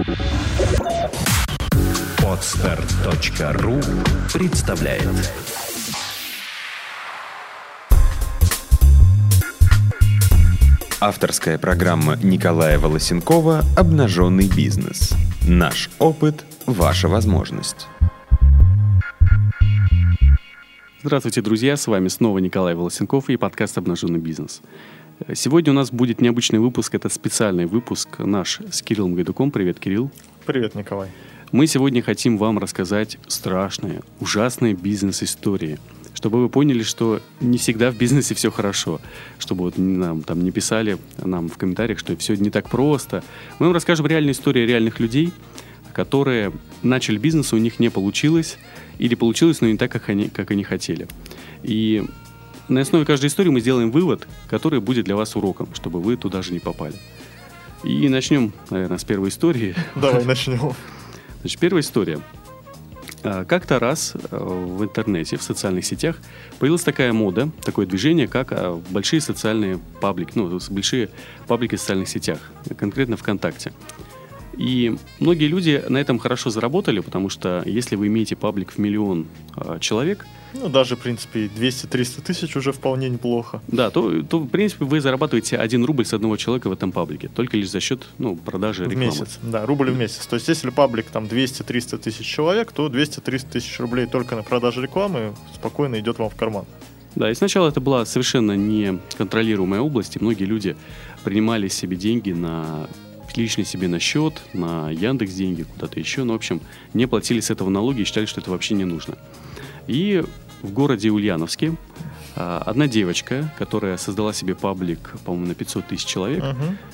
Podster.ru представляет. Авторская программа Николая Волосенкова «Обнаженный бизнес». Наш опыт – ваша возможность. Здравствуйте, друзья! С вами снова Николай Волосенков и подкаст «Обнаженный бизнес». Сегодня у нас будет необычный выпуск. Это специальный выпуск наш с Кириллом Гайдуком. Привет, Кирилл. Привет, Николай. Мы сегодня хотим вам рассказать страшные, ужасные бизнес-истории, чтобы вы поняли, что не всегда в бизнесе все хорошо, чтобы вот нам там не писали нам в комментариях, что все не так просто. Мы вам расскажем реальные истории реальных людей, которые начали бизнес, у них не получилось, или получилось, но не так, как они хотели. И на основе каждой истории мы сделаем вывод, который будет для вас уроком, чтобы вы туда же не попали. И начнем, наверное, с первой истории. Давай начнем. Значит, первая история. Как-то раз в интернете, в социальных сетях появилась такая мода, такое движение, как большие социальные паблики, большие паблики в социальных сетях, конкретно ВКонтакте. И многие люди на этом хорошо заработали, потому что если вы имеете паблик в 1 миллион человек... даже, в принципе, 200-300 тысяч уже вполне неплохо. Да, то, в принципе, вы зарабатываете 1 рубль с одного человека в этом паблике, только лишь за счет продажи рекламы. В месяц, да, рубль в месяц. То есть, если паблик там 200-300 тысяч человек, то 200-300 тысяч рублей только на продаже рекламы спокойно идет вам в карман. Да, и сначала это была совершенно неконтролируемая область, и многие люди принимали себе деньги лично себе на счет, на Яндекс.Деньги, куда-то еще, в общем, не платили с этого налоги и считали, что это вообще не нужно. И в городе Ульяновске одна девочка, которая создала себе паблик, по-моему, на 500 тысяч человек,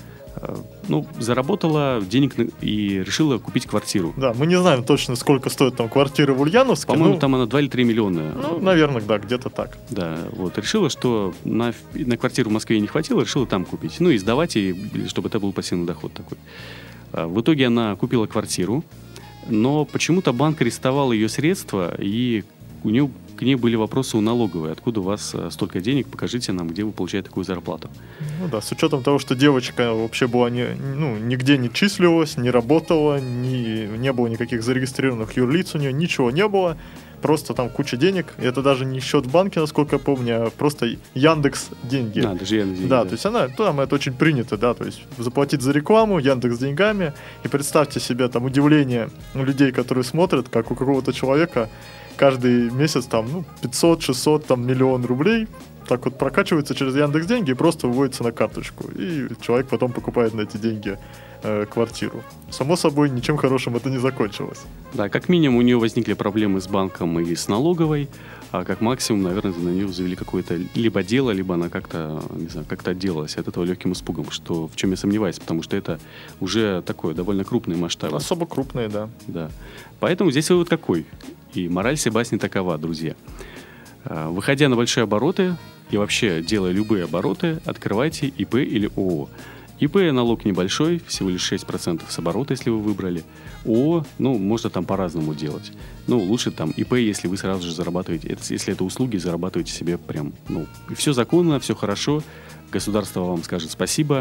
заработала денег и решила купить квартиру. Да, мы не знаем точно, сколько стоит там квартира в Ульяновске. По-моему, там она 2 или 3 миллиона. Наверное, да, где-то так. Да, решила, что на квартиру в Москве не хватило, решила там купить. И сдавать, чтобы это был пассивный доход такой. В итоге она купила квартиру, но почему-то банк арестовал ее средства, и к ней были вопросы у налоговой. Откуда у вас столько денег? Покажите нам, где вы получаете такую зарплату. С учетом того, что девочка вообще была нигде не числилась, не работала, не было никаких зарегистрированных юрлиц у нее, ничего не было. Просто там куча денег. И это даже не счет в банке, насколько я помню, а просто Яндекс деньги. Даже Яндекс деньги. Да, то есть там это очень принято, да, то есть заплатить за рекламу Яндекс деньгами. И представьте себе там удивление у людей, которые смотрят, как у какого-то человека каждый месяц там 500, 600, там миллион рублей так вот прокачивается через Яндекс.Деньги и просто выводится на карточку. И человек потом покупает на эти деньги квартиру. Само собой, ничем хорошим это не закончилось. Да, как минимум у нее возникли проблемы с банком и с налоговой, а как максимум, наверное, на нее завели какое-то либо дело, либо она как-то отделалась от этого легким испугом, в чем я сомневаюсь, потому что это уже такое довольно крупный масштаб. Особо крупные, да. Да. Поэтому здесь вывод какой? И мораль сей басни такова, друзья. Выходя на большие обороты и вообще делая любые обороты, открывайте ИП или ООО. ИП налог небольшой, всего лишь 6% с оборота, если вы выбрали. ООО, можно там по-разному делать. Лучше там ИП, если вы сразу же зарабатываете, если это услуги, зарабатываете себе прям, и все законно, все хорошо, государство вам скажет спасибо,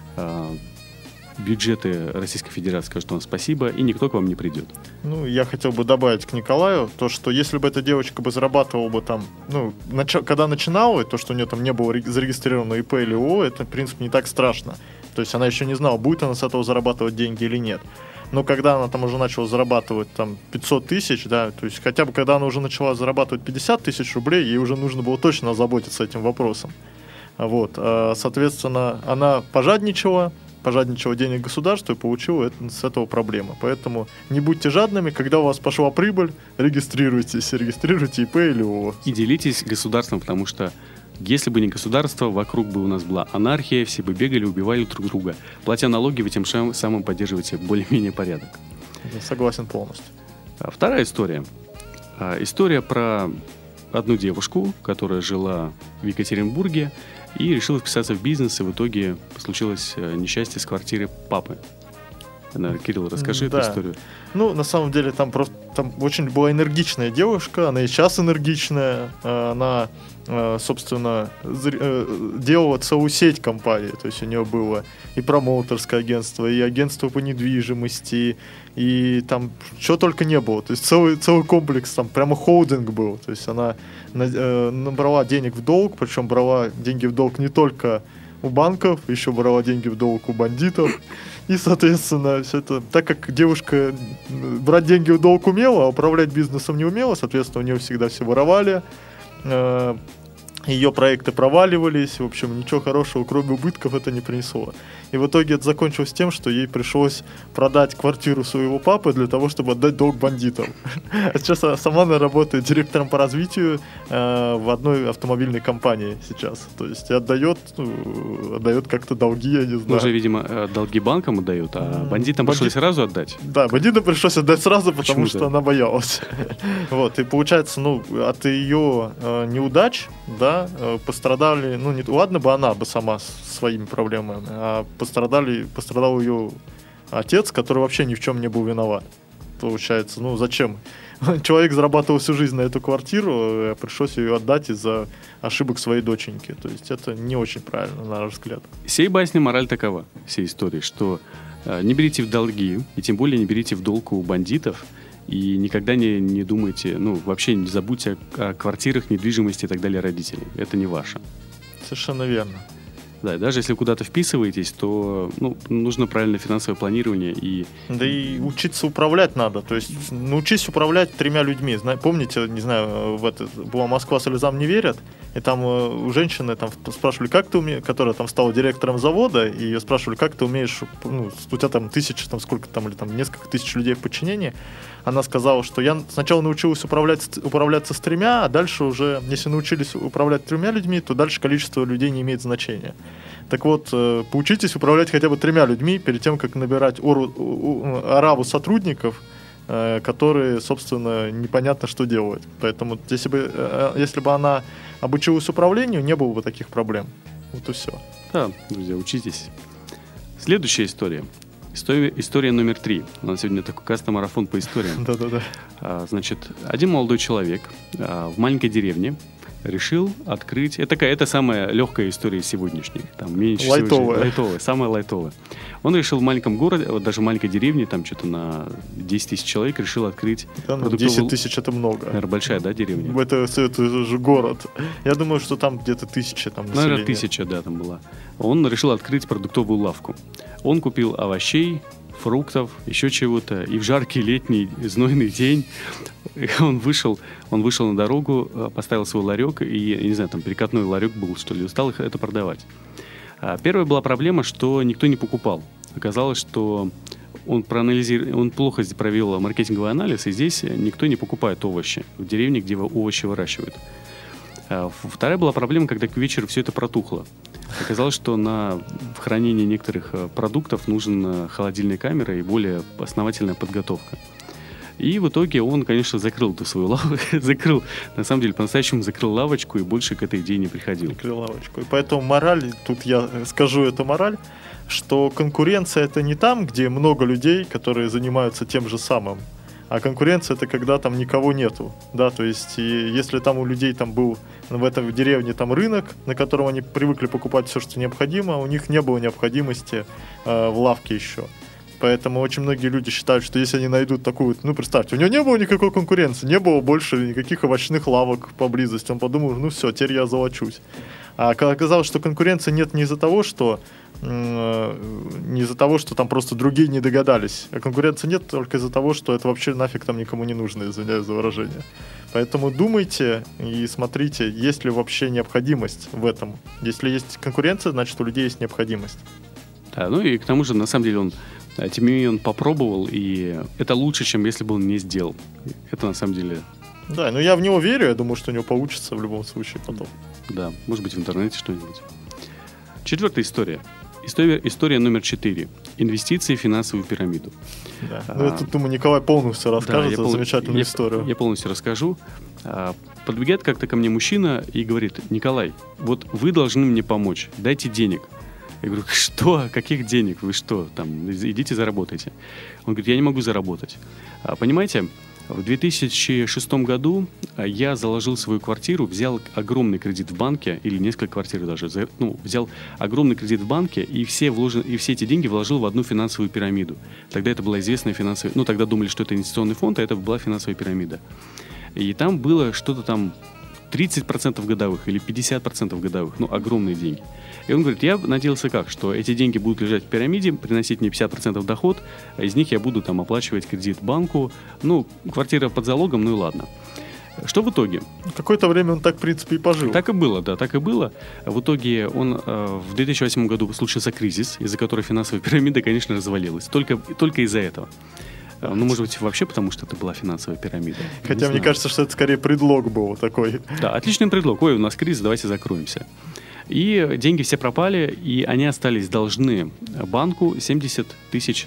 бюджеты Российской Федерации скажут вам спасибо, и никто к вам не придет. Я хотел бы добавить к Николаю то, что если бы эта девочка бы зарабатывала бы там, когда начинала, то, что у нее там не было зарегистрировано ИП или ООО, это, в принципе, не так страшно. То есть она еще не знала, будет она с этого зарабатывать деньги или нет. Но когда она там уже начала зарабатывать там 500 тысяч, да, то есть хотя бы когда она уже начала зарабатывать 50 тысяч рублей, ей уже нужно было точно озаботиться этим вопросом. Соответственно, она пожадничала денег государства и получила с этого проблемы. Поэтому не будьте жадными, когда у вас пошла прибыль, регистрируйте ИП или ООО. И делитесь государством, потому что если бы не государство, вокруг бы у нас была анархия, все бы бегали, убивали друг друга. Платя налоги, вы тем самым поддерживаете более-менее порядок. Согласен полностью. Вторая история. История про одну девушку, которая жила в Екатеринбурге и решила вписаться в бизнес, и в итоге случилось несчастье с квартирой папы. Кирилл, расскажи эту историю. Ну, на самом деле, там очень была энергичная девушка, она и сейчас энергичная, она, собственно, делала целую сеть компаний, то есть у нее было и промоутерское агентство, и агентство по недвижимости, и там что только не было, то есть целый комплекс, там прямо холдинг был, то есть она набрала денег в долг, причем брала деньги в долг не только у банков, еще брала деньги в долг у бандитов. И, соответственно, все это, так как девушка брать деньги в долг умела, а управлять бизнесом не умела, соответственно, у нее всегда все воровали, ее проекты проваливались, в общем, ничего хорошего, кроме убытков, это не принесло. И в итоге это закончилось тем, что ей пришлось продать квартиру своего папы для того, чтобы отдать долг бандитам. А сейчас сама она работает директором по развитию в одной автомобильной компании сейчас. То есть отдает как-то долги, я не знаю. Уже, видимо, долги банкам отдают, а бандитам пришлось сразу отдать? Да, бандитам пришлось отдать сразу, потому что она боялась. Вот, и получается, от ее неудач, да, пострадали, ладно бы она бы сама своими проблемами, а пострадал ее отец, который вообще ни в чем не был виноват. Получается, зачем? Человек зарабатывал всю жизнь на эту квартиру, пришлось ее отдать из-за ошибок своей доченьки. То есть это не очень правильно, на наш взгляд. Сей басни мораль такова, всей истории, что не берите в долги, и тем более не берите в долг у бандитов, и никогда не думайте, вообще не забудьте о квартирах, недвижимости и так далее родителей. Это не ваше. Совершенно верно. Да, и даже если вы куда-то вписываетесь, то нужно правильное финансовое планирование. Да и учиться управлять надо. То есть научись управлять 3 людьми. Помните, не знаю, была Москва слезам не верят, и там у женщины там спрашивали, как ты умеешь, которая там стала директором завода, и ее спрашивали, как ты умеешь, у тебя там несколько тысяч людей в подчинении. Она сказала, что я сначала научилась управляться с 3, а дальше уже, если научились управлять 3 людьми, то дальше количество людей не имеет значения. Так вот, поучитесь управлять хотя бы 3 людьми перед тем, как набирать ораву сотрудников, которые, собственно, непонятно, что делают. Поэтому, если бы она обучилась управлению, не было бы таких проблем. Вот и все. Да, друзья, учитесь. Следующая история. История номер 3. У нас сегодня такой кастомарафон по историям. Да-да-да. Значит, один молодой человек в маленькой деревне решил открыть... Это самая легкая история сегодняшней. Там меньше лайтовая, самая лайтовая. Он решил в маленьком городе, даже в маленькой деревне, там что-то на 10 тысяч человек, решил открыть... 10 тысяч это много. Наверное, большая, да, деревня? Это же город. Я думаю, что там где-то 1000 там населения. Наверное, 1000, да, там была. Он решил открыть продуктовую лавку. Он купил овощей, фруктов, еще чего-то. И в жаркий летний знойный день он вышел на дорогу, поставил свой ларек, и, я не знаю, там перекатной ларек был, что ли, стал это продавать. Первая была проблема, что никто не покупал. Оказалось, что он плохо провел маркетинговый анализ, и здесь никто не покупает овощи в деревне, где овощи выращивают. Вторая была проблема, когда к вечеру все это протухло. Оказалось, что на хранение некоторых продуктов нужна холодильная камера и более основательная подготовка. И в итоге он, конечно, закрыл эту свою лавочку. На самом деле, по-настоящему закрыл лавочку и больше к этой идее не приходил. Закрыл лавочку. И поэтому мораль, тут я скажу эту мораль, что конкуренция — это не там, где много людей, которые занимаются тем же самым. А конкуренция — это когда там никого нету, да, то есть если там у людей там был в этой деревне там рынок, на котором они привыкли покупать все, что необходимо, у них не было необходимости в лавке еще. Поэтому очень многие люди считают, что если они найдут такую, представьте, у него не было никакой конкуренции, не было больше никаких овощных лавок поблизости, он подумал, все, теперь я золочусь. А оказалось, что конкуренции нет не из-за того, что там просто другие не догадались. А конкуренции нет только из-за того, что это вообще нафиг там никому не нужно, извиняюсь за выражение. Поэтому думайте и смотрите, есть ли вообще необходимость в этом. Если есть конкуренция, значит, у людей есть необходимость. Да, и к тому же, на самом деле, тем не менее, он попробовал, и это лучше, чем если бы он не сделал. Это на самом деле... Да, я в него верю, я думаю, что у него получится в любом случае потом. Да, может быть, в интернете что-нибудь. 4-я история. История номер 4. Инвестиции в финансовую пирамиду. Да. Это, думаю, Николай полностью расскажет за замечательную историю. Я полностью расскажу. Подбегает как-то ко мне мужчина и говорит: Николай, вот вы должны мне помочь, дайте денег. Я говорю, что? Каких денег? Вы что? Там, идите заработайте. Он говорит, я не могу заработать. Понимаете, в 2006 году я заложил свою квартиру, взял огромный кредит в банке, или несколько квартир даже, взял огромный кредит в банке и все эти деньги вложил в одну финансовую пирамиду. Тогда это была известная финансовая... тогда думали, что это инвестиционный фонд, а это была финансовая пирамида. И там было что-то там 30% годовых или 50% годовых, огромные деньги. И он говорит, я надеялся что эти деньги будут лежать в пирамиде, приносить мне 50% доход, а из них я буду там оплачивать кредит банку, квартира под залогом, и ладно. Что в итоге? Какое-то время он так, в принципе, и пожил. Так и было, да, так и было. В итоге он в 2008 году случился кризис, из-за которого финансовая пирамида, конечно, развалилась. Только из-за этого. Может быть, вообще потому, что это была финансовая пирамида. Хотя мне кажется, что это скорее предлог был такой. Да, отличный предлог. Ой, у нас кризис, давайте закроемся. И деньги все пропали, и они остались должны банку $70 тысяч.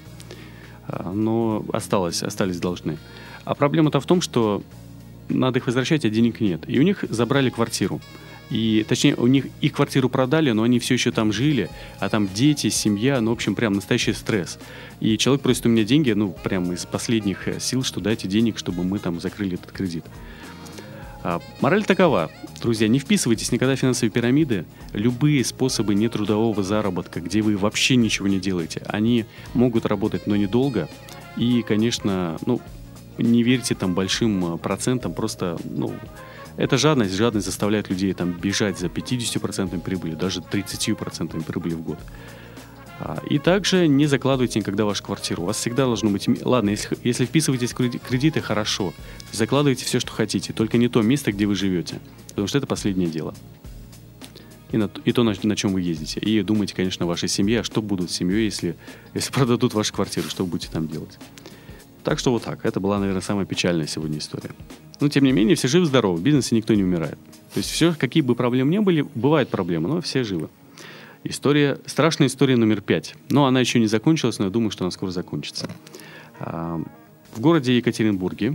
Но остались должны. А проблема-то в том, что надо их возвращать, а денег нет. И у них забрали квартиру. Точнее, их квартиру продали, но они все еще там жили, а там дети, семья, в общем, прям настоящий стресс. И человек просит у меня деньги, прям из последних сил, что дайте денег, чтобы мы там закрыли этот кредит. Мораль такова, друзья, не вписывайтесь никогда в финансовые пирамиды. Любые способы нетрудового заработка, где вы вообще ничего не делаете, они могут работать, но недолго. И, конечно, не верьте там большим процентам, просто, это жадность заставляет людей там бежать за 50% прибыли, даже 30% прибыли в год. И также не закладывайте никогда вашу квартиру. У вас всегда должно быть... Ладно, если вписываетесь в кредиты, хорошо. Закладывайте все, что хотите, только не то место, где вы живете. Потому что это последнее дело. И то, на чем вы ездите. И думайте, конечно, о вашей семье. А что будут с семьей, если продадут вашу квартиру? Что вы будете там делать? Так что вот так. Это была, наверное, самая печальная сегодня история. Но, тем не менее, все живы-здоровы. В бизнесе никто не умирает. То есть все, какие бы проблемы ни были, бывают проблемы, но все живы. Страшная история номер 5. Но она еще не закончилась, но я думаю, что она скоро закончится. В городе Екатеринбурге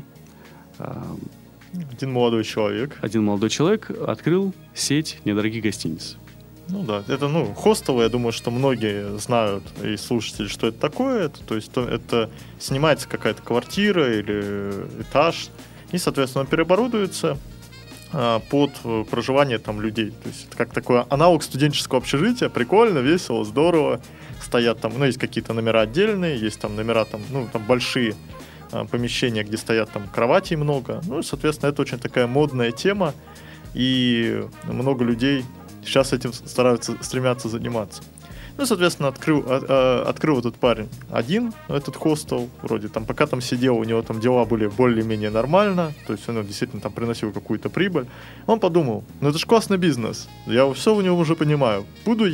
один молодой человек открыл сеть недорогих гостиниц. Это, хостелы, я думаю, что многие знают, и слушатели, что это такое. Это снимается какая-то квартира или этаж, и, соответственно, он переоборудуется под проживание там людей. То есть это как такой аналог студенческого общежития. Прикольно, весело, здорово. Стоят там, есть какие-то номера отдельные, есть там номера, там большие помещения, где стоят там кроватей много. И, соответственно, это очень такая модная тема, и много людей сейчас этим стремятся заниматься. Соответственно, открыл этот парень этот хостел, вроде там, пока там сидел, у него там дела были более-менее нормально, то есть он действительно там приносил какую-то прибыль. Он подумал, это же классный бизнес, я все в нем уже понимаю.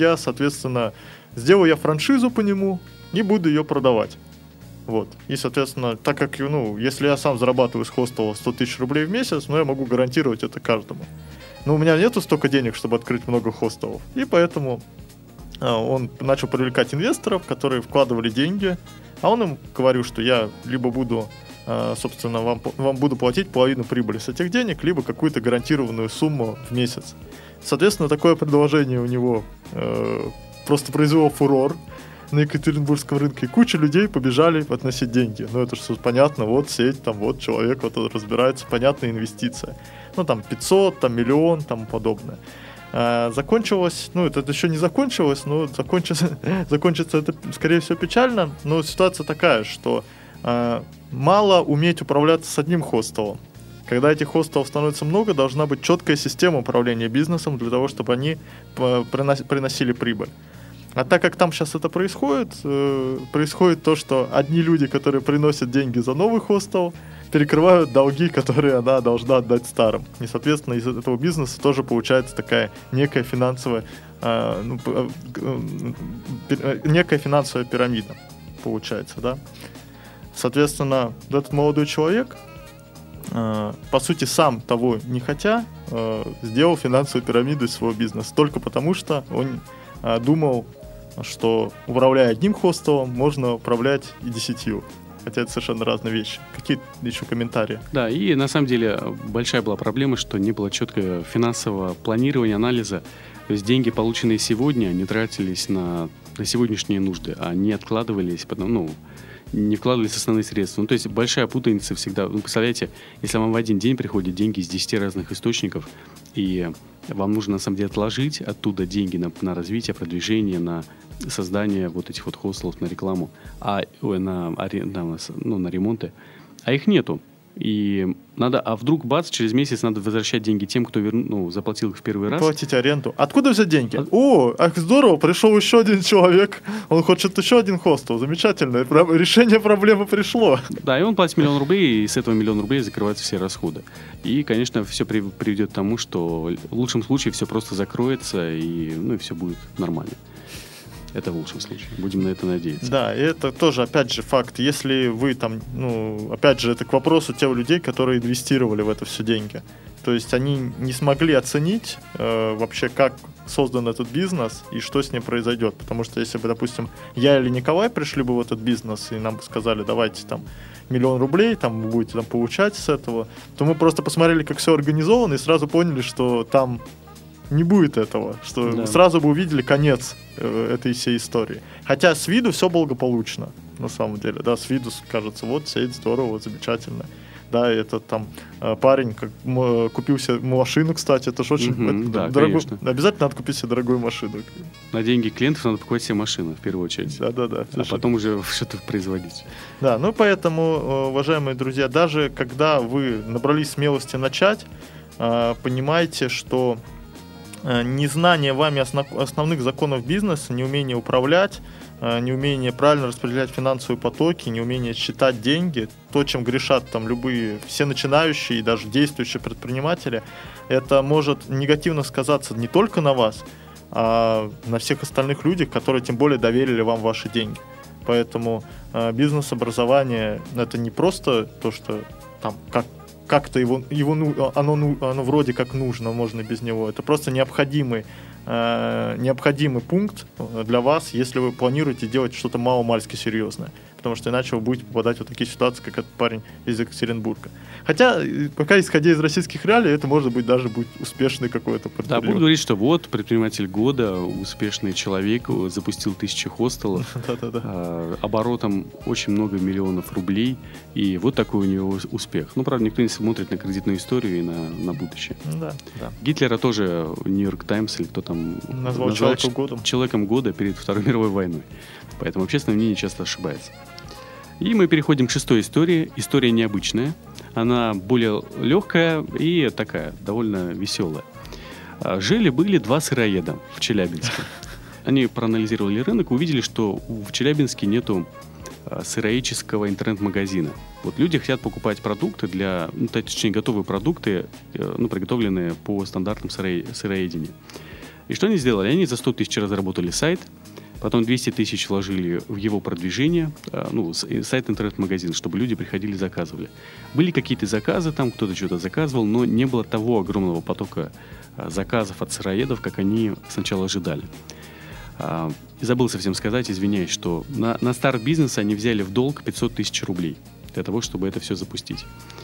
Сделаю я франшизу по нему и буду ее продавать. И, соответственно, так как, если я сам зарабатываю с хостела 100 тысяч рублей в месяц, я могу гарантировать это каждому. Но у меня нету столько денег, чтобы открыть много хостелов, и поэтому он начал привлекать инвесторов, которые вкладывали деньги, а он им говорил, что я либо буду, собственно, вам буду платить половину прибыли с этих денег, либо какую-то гарантированную сумму в месяц. Соответственно, такое предложение у него просто произвело фурор на Екатеринбургском рынке, и куча людей побежали относить деньги. Это же понятно, сеть, человек разбирается, понятная инвестиция. 500, миллион, тому подобное. Закончилось, это еще не закончилось, но закончится это, скорее всего, печально. Но ситуация такая, что мало уметь управляться с одним хостелом. Когда этих хостелов становится много, должна быть четкая система управления бизнесом для того, чтобы они приносили прибыль. А так как там сейчас это происходит то, что одни люди, которые приносят деньги за новый хостел, перекрывают долги, которые она должна отдать старым. И, соответственно, из этого бизнеса тоже получается такая некая финансовая пирамида, получается, да. Соответственно, этот молодой человек, по сути, сам того не хотя, сделал финансовую пирамиду из своего бизнеса, только потому что он думал, что, управляя одним хостелом, можно управлять и 10. Хотя это совершенно разные вещи. Какие еще комментарии? Да, и на самом деле большая была проблема, что не было четкого финансового планирования, анализа. То есть деньги, полученные сегодня, не тратились на сегодняшние нужды, а не откладывались, не вкладывались в основные средства. То есть большая путаница всегда. Представляете, если вам в один день приходят деньги из 10 разных источников, и вам нужно на самом деле отложить оттуда деньги на развитие, продвижение, на создание вот этих вот хостелов, на рекламу, на ремонты, а их нету. И а вдруг бац, через месяц надо возвращать деньги тем, кто заплатил их в первый раз. Платить аренду. Откуда взять деньги? Здорово, пришел еще один человек, он хочет еще один хостел. Замечательно, решение проблемы пришло. Да, и он платит 1 000 000 рублей, и с этого 1 000 000 рублей закрываются все расходы. И, конечно, все приведет к тому, что в лучшем случае все просто закроется, и все будет нормально. Это в лучшем случае. Будем на это надеяться. Да, и это тоже, опять же, факт. Если вы опять же, это к вопросу тех людей, которые инвестировали в это все деньги. То есть они не смогли оценить вообще, как создан этот бизнес и что с ним произойдет. Потому что если бы, допустим, я или Николай пришли бы в этот бизнес и нам бы сказали, давайте 1 000 000 рублей, вы будете получать с этого, то мы просто посмотрели, как все организовано, и сразу поняли, что там не будет этого, что сразу бы увидели конец этой всей истории. Хотя с виду все благополучно, на самом деле. Да, с виду кажется, сидит здорово, замечательно. Да, этот парень купил себе машину, кстати, это же очень дорогой. Обязательно надо купить себе дорогую машину. На деньги клиентов надо покупать себе машину, в первую очередь. Да. А потом уже что-то производить. Да, поэтому, уважаемые друзья, даже когда вы набрались смелости начать, понимайте, что незнание вами основных законов бизнеса, неумение управлять, неумение правильно распределять финансовые потоки, неумение считать деньги, то, чем грешат все начинающие и даже действующие предприниматели, это может негативно сказаться не только на вас, а на всех остальных людях, которые тем более доверили вам ваши деньги. Поэтому бизнес-образование — это не просто то, что как-то оно вроде как нужно, можно без него. Это просто необходимый пункт для вас, если вы планируете делать что-то мало-мальски серьезное. Потому что иначе вы будете попадать в такие ситуации, как этот парень из Екатеринбурга. Хотя, пока исходя из российских реалий, это может быть даже будет успешный какой-то предприниматель. Да, буду говорить, что предприниматель года, успешный человек, запустил 1000 хостелов, оборотом очень много миллионов рублей, и вот такой у него успех. Правда, никто не смотрит на кредитную историю и на будущее. Да. Гитлера тоже Нью-Йорк Таймс или кто там назвал человеком года перед Второй мировой войной. Поэтому общественное мнение часто ошибается. И мы переходим к 6-й истории. История необычная. Она более легкая и такая, довольно веселая. Жили-были 2 сыроеда в Челябинске. Они проанализировали рынок и увидели, что в Челябинске нету сыроедческого интернет-магазина. Люди хотят покупать продукты точнее, готовые продукты, приготовленные по стандартам сыроедения. И что они сделали? Они за 100 тысяч разработали сайт, потом 200 тысяч вложили в его продвижение, сайт интернет-магазин, чтобы люди приходили и заказывали. Были какие-то заказы, кто-то что-то заказывал, но не было того огромного потока заказов от сыроедов, как они сначала ожидали. Забыл совсем сказать, извиняюсь, что на старт бизнеса они взяли в долг 500 тысяч рублей для того, чтобы это все запустить.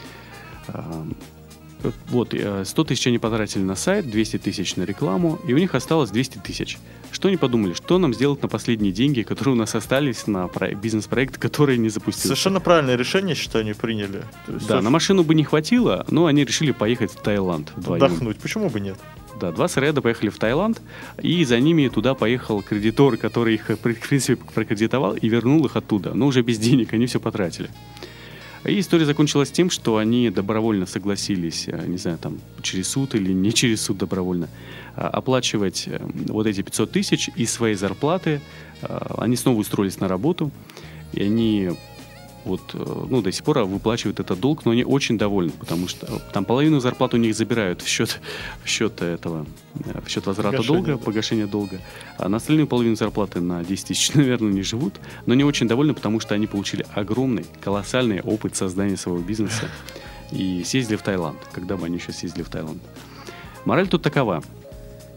100 тысяч они потратили на сайт, 200 тысяч на рекламу, и у них осталось 200 тысяч. Что они подумали? Что нам сделать на последние деньги, которые у нас остались на бизнес-проект, который не запустился? Совершенно правильное решение, считаю, они приняли. На машину бы не хватило, но они решили поехать в Таиланд вдвоем. Отдохнуть, почему бы нет? Да, 2 сыроеда поехали в Таиланд, и за ними туда поехал кредитор, который их, в принципе, прокредитовал и вернул их оттуда, но уже без денег, они все потратили. И история закончилась тем, что они добровольно согласились, не знаю, через суд или не через суд добровольно, оплачивать эти 500 тысяч из своей зарплаты. Они снова устроились на работу, и они до сих пор выплачивают этот долг, но они очень довольны, потому что половину зарплаты у них забирают в счет возврата долга, погашения долга, а на остальную половину зарплаты на 10 тысяч, наверное, не живут, но они очень довольны, потому что они получили огромный, колоссальный опыт создания своего бизнеса и съездили в Таиланд, когда бы они еще съездили в Таиланд. Мораль тут такова.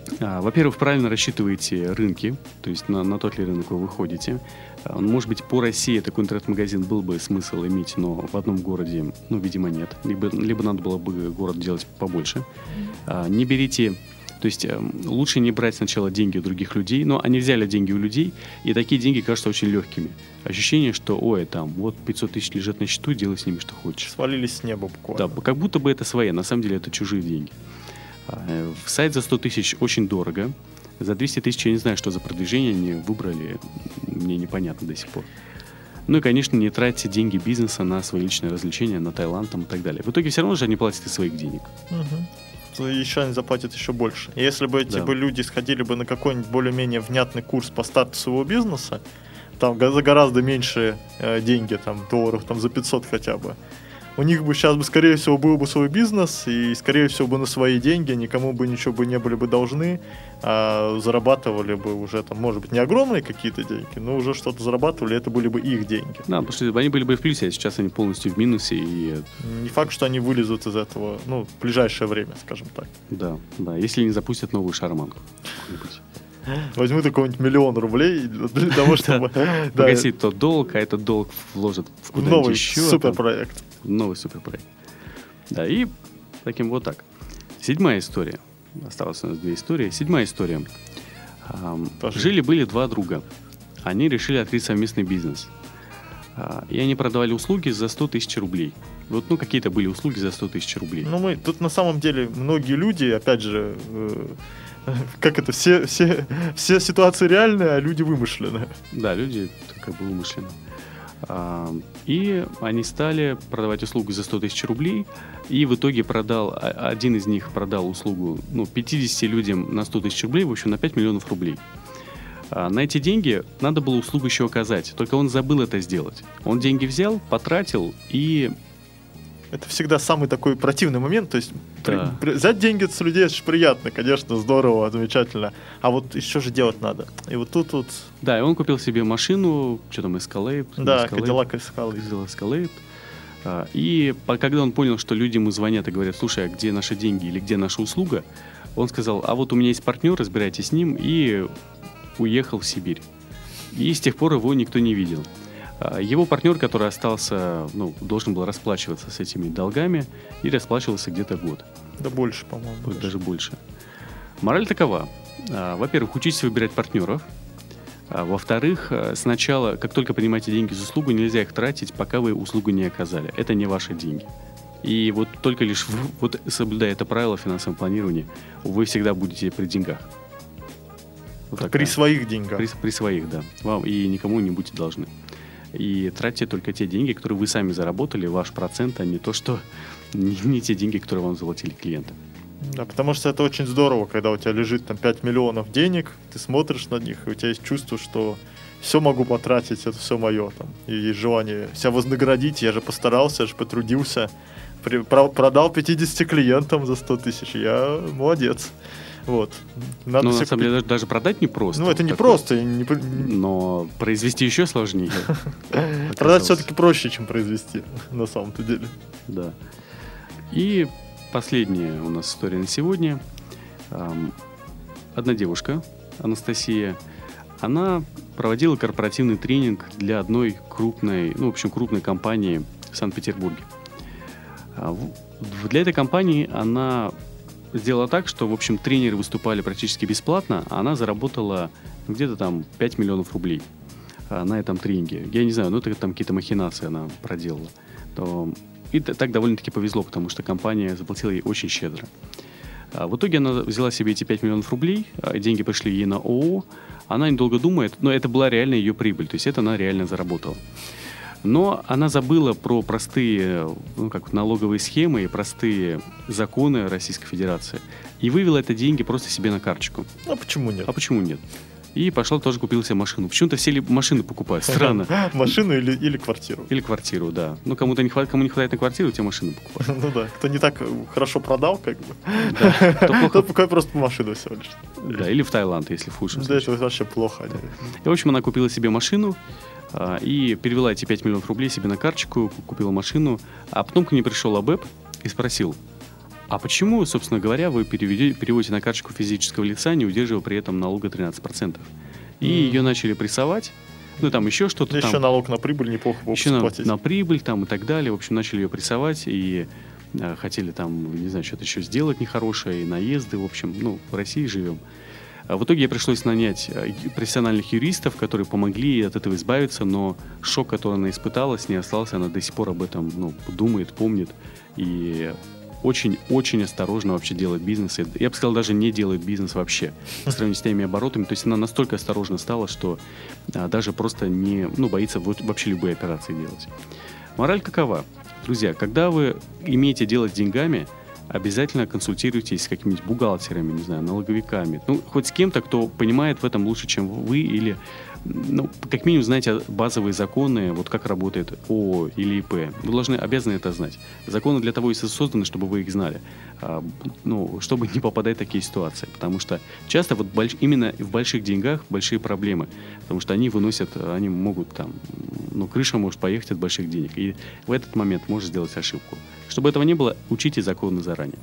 Во-первых, правильно рассчитываете рынки, то есть на тот ли рынок вы выходите. Может быть, по России такой интернет-магазин был бы смысл иметь, но в одном городе, видимо, нет. Либо надо было бы город делать побольше. Не берите... То есть лучше не брать сначала деньги у других людей, но они взяли деньги у людей, и такие деньги кажутся очень легкими. Ощущение, что, вот 500 тысяч лежат на счету, делай с ними что хочешь. Свалились с неба буквально. Да, как будто бы это свои, на самом деле это чужие деньги. Сайт за 100 тысяч очень дорого. За 200 тысяч я не знаю, что за продвижение они выбрали, мне непонятно до сих пор. Ну и, конечно, не тратьте деньги бизнеса на свои личные развлечения, на Таиланд и так далее. В итоге все равно же они платят из своих денег. Еще они заплатят еще больше. Если бы эти люди сходили бы на какой-нибудь более-менее внятный курс по старту своего бизнеса, там за гораздо меньшие деньги, там, долларов, там, за 500 хотя бы, у них бы сейчас, скорее всего, был бы свой бизнес, и, скорее всего, бы на свои деньги, никому бы ничего бы не были бы должны, а зарабатывали бы уже, там, может быть, не огромные какие-то деньги, но уже что-то зарабатывали, это были бы их деньги. Да, потому что они были бы в плюсе, а сейчас они полностью в минусе. И... Не факт, что они вылезут из этого, в ближайшее время, скажем так. Да, если не запустят новую шарманку. Возьму какой-нибудь 1 000 000 рублей для того, чтобы... Погасить тот долг, а этот долг вложат в куда-нибудь еще. Новый суперпроект. Да, и таким вот так. 7-я история. Осталось у нас 2 истории. 7-я история. Жили-были 2 друга. Они решили открыть совместный бизнес. И они продавали услуги за 100 тысяч рублей. Какие-то были услуги за 100 тысяч рублей. Тут на самом деле многие люди, опять же... все ситуации реальные, а люди вымышленные. Да, люди вымышленные. И они стали продавать услугу за 100 тысяч рублей, и в итоге один из них продал услугу 50 людям на 100 тысяч рублей, в общем, на 5 миллионов рублей. На эти деньги надо было услугу еще оказать, только он забыл это сделать. Он деньги взял, потратил и... Это всегда самый такой противный момент, то есть взять деньги с людей, это же приятно, конечно, здорово, замечательно, а вот еще же делать надо. И вот тут... Да, и он купил себе машину, что там, Escalade. Да, Cadillac Escalade. И когда он понял, что люди ему звонят и говорят, слушай, а где наши деньги или где наша услуга, он сказал, а вот у меня есть партнер, разбирайтесь с ним, и уехал в Сибирь. И с тех пор его никто не видел. Его партнер, который остался, должен был расплачиваться с этими долгами, и расплачивался где-то год. Да больше, по-моему. Даже больше. Мораль такова. Во-первых, учитесь выбирать партнеров. Во-вторых, сначала, как только принимаете деньги за услугу, нельзя их тратить, пока вы услугу не оказали. Это не ваши деньги. И только лишь соблюдая это правило финансового планирования, вы всегда будете при деньгах. При своих деньгах. При своих, да. Вам и никому не будете должны. И тратьте только те деньги, которые вы сами заработали, ваш процент, а не не те деньги, которые вам заплатили клиенты. Да, потому что это очень здорово, когда у тебя лежит там 5 миллионов денег, ты смотришь на них, и у тебя есть чувство, что все могу потратить, это все мое. И есть желание себя вознаградить, я же постарался, я же потрудился, продал 50 клиентам за 100 тысяч, я молодец. На самом деле, даже продать непросто. Это не просто. Но произвести еще сложнее. Продать все-таки проще, чем произвести, на самом-то деле. Да. И последняя у нас история на сегодня. Одна девушка, Анастасия, она проводила корпоративный тренинг для одной крупной компании в Санкт-Петербурге. Для этой компании она сделала так, что, в общем, тренеры выступали практически бесплатно, а она заработала где-то там 5 миллионов рублей на этом тренинге. Я не знаю, это там какие-то махинации она проделала. И так довольно-таки повезло, потому что компания заплатила ей очень щедро. В итоге она взяла себе эти 5 миллионов рублей, деньги пришли ей на ООО, она недолго думает, но это была реально ее прибыль, то есть это она реально заработала. Но она забыла про простые налоговые схемы и простые законы Российской Федерации и вывела это деньги просто себе на карточку. А почему нет? И пошла тоже купила себе машину. Почему-то все машины покупают. Странно. Машину или квартиру. Или квартиру, да. Кому не хватает на квартиру, те машины покупают. Кто не так хорошо продал, тот покупает просто машину всего лишь. Да, или в Таиланд, если в худшем случае. Да, это вообще плохо. И, в общем, она купила себе машину и перевела эти 5 миллионов рублей себе на карточку, купила машину, а потом к ней пришел АБЭП и спросил, А почему, собственно говоря, вы переводите на карточку физического лица, не удерживая при этом налога 13%? И ее начали прессовать, ну, там еще что-то. Еще там, налог на прибыль неплохо было еще платить. на прибыль там и так далее. В общем, начали ее прессовать и хотели там, не знаю, что-то еще сделать нехорошее, и наезды, в общем, ну, в России живем. В итоге ей пришлось нанять профессиональных юристов, которые помогли от этого избавиться, но шок, который она испытала, с ней остался, она до сих пор об этом, ну, думает, помнит, и очень-очень осторожно вообще делает бизнес. Я бы сказал, даже не делает бизнес вообще по сравнению с теми оборотами. То есть она настолько осторожно стала, что даже просто не, ну, боится вообще любые операции делать. Мораль какова? Друзья, когда вы имеете дело с деньгами, обязательно консультируйтесь с какими-нибудь бухгалтерами, не знаю, налоговиками. Ну, хоть с кем-то, кто понимает в этом лучше, чем вы, или, ну, как минимум, знаете базовые законы, вот как работает ООО или ИП. Вы обязаны это знать. Законы для того и созданы, чтобы вы их знали. Ну, чтобы не попадать в такие ситуации. Потому что часто вот именно в больших деньгах большие проблемы. Потому что они могут там, ну, крыша может поехать от больших денег. И в этот момент может сделать ошибку. Чтобы этого не было, учите законы заранее.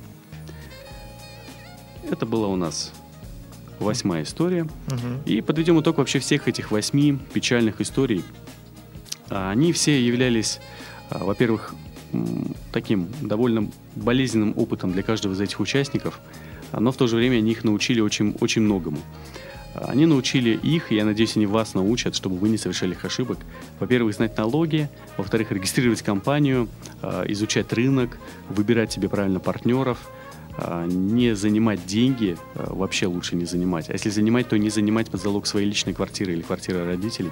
Это была у нас 8-я история. И подведем итог вообще всех этих 8 печальных историй. Они все являлись, во-первых, таким довольно болезненным опытом для каждого из этих участников, но в то же время они их научили очень многому. Они научили их, и я надеюсь, они вас научат, чтобы вы не совершали их ошибок. Во-первых, знать налоги, во-вторых, регистрировать компанию, изучать рынок, выбирать себе правильно партнеров, не занимать деньги, вообще лучше не занимать. А если занимать, то не занимать под залог своей личной квартиры или квартиры родителей.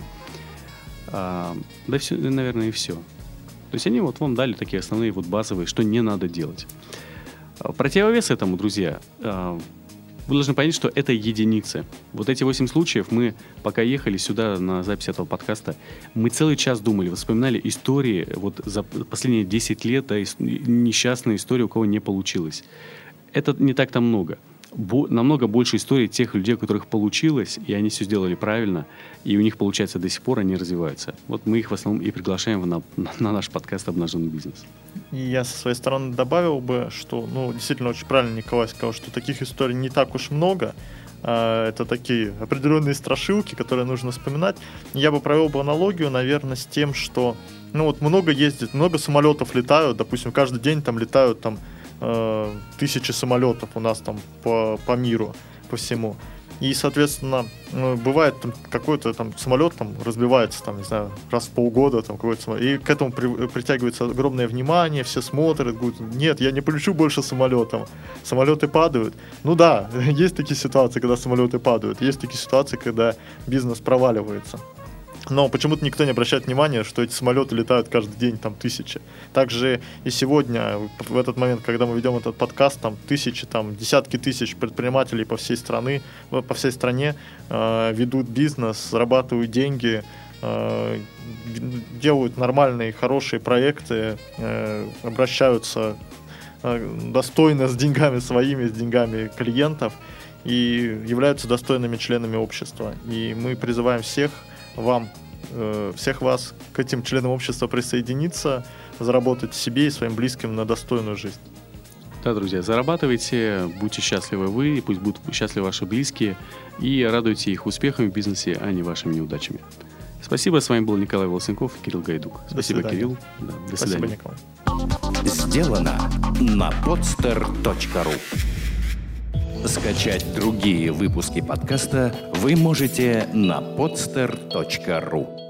Да все, наверное, и все. То есть они вот вам дали такие основные вот базовые, что не надо делать. Противовес этому, друзья, вы должны понять, что это единицы. Вот эти 8 случаев мы, пока ехали сюда на запись этого подкаста, мы целый час думали, вспоминали истории вот за последние 10 лет, да, несчастные истории, у кого не получилось. Это не так-то много. Намного больше историй тех людей, у которых получилось, и они все сделали правильно, и у них получается до сих пор, они развиваются. Вот мы их в основном и приглашаем на наш подкаст «Обнаженный бизнес». И я со своей стороны добавил бы, что, ну, действительно очень правильно Николай сказал, что таких историй не так уж много. Это такие определенные страшилки, которые нужно вспоминать. Я бы провел бы аналогию, наверное, с тем, что, ну, вот много ездит, много самолетов летают, допустим, каждый день там летают там тысячи самолетов у нас там по миру, по всему. И, соответственно, бывает там какой-то там самолет там разбивается, там, не знаю, раз в полгода там какой-то самолет, и к этому притягивается огромное внимание, все смотрят, говорят, нет, я не полечу больше самолетом, самолеты падают. Ну да, есть такие ситуации, когда самолеты падают, есть такие ситуации, когда бизнес проваливается. Но почему-то никто не обращает внимания, что эти самолеты летают каждый день, там, тысячи. Также и сегодня, в этот момент, когда мы ведем этот подкаст, там, тысячи, там, десятки тысяч предпринимателей по всей стране ведут бизнес, зарабатывают деньги, делают нормальные, хорошие проекты, обращаются достойно с деньгами своими, с деньгами клиентов и являются достойными членами общества. И мы призываем всех вас к этим членам общества присоединиться, заработать себе и своим близким на достойную жизнь. Да, друзья, зарабатывайте, будьте счастливы вы, и пусть будут счастливы ваши близкие, и радуйте их успехами в бизнесе, а не вашими неудачами. Спасибо, с вами был Николай Волосенков и Кирилл Гайдук. Спасибо, Кирилл. Да, до свидания. Спасибо, Николай. Сделано на podster.ru. Скачать другие выпуски подкаста вы можете на podster.ru.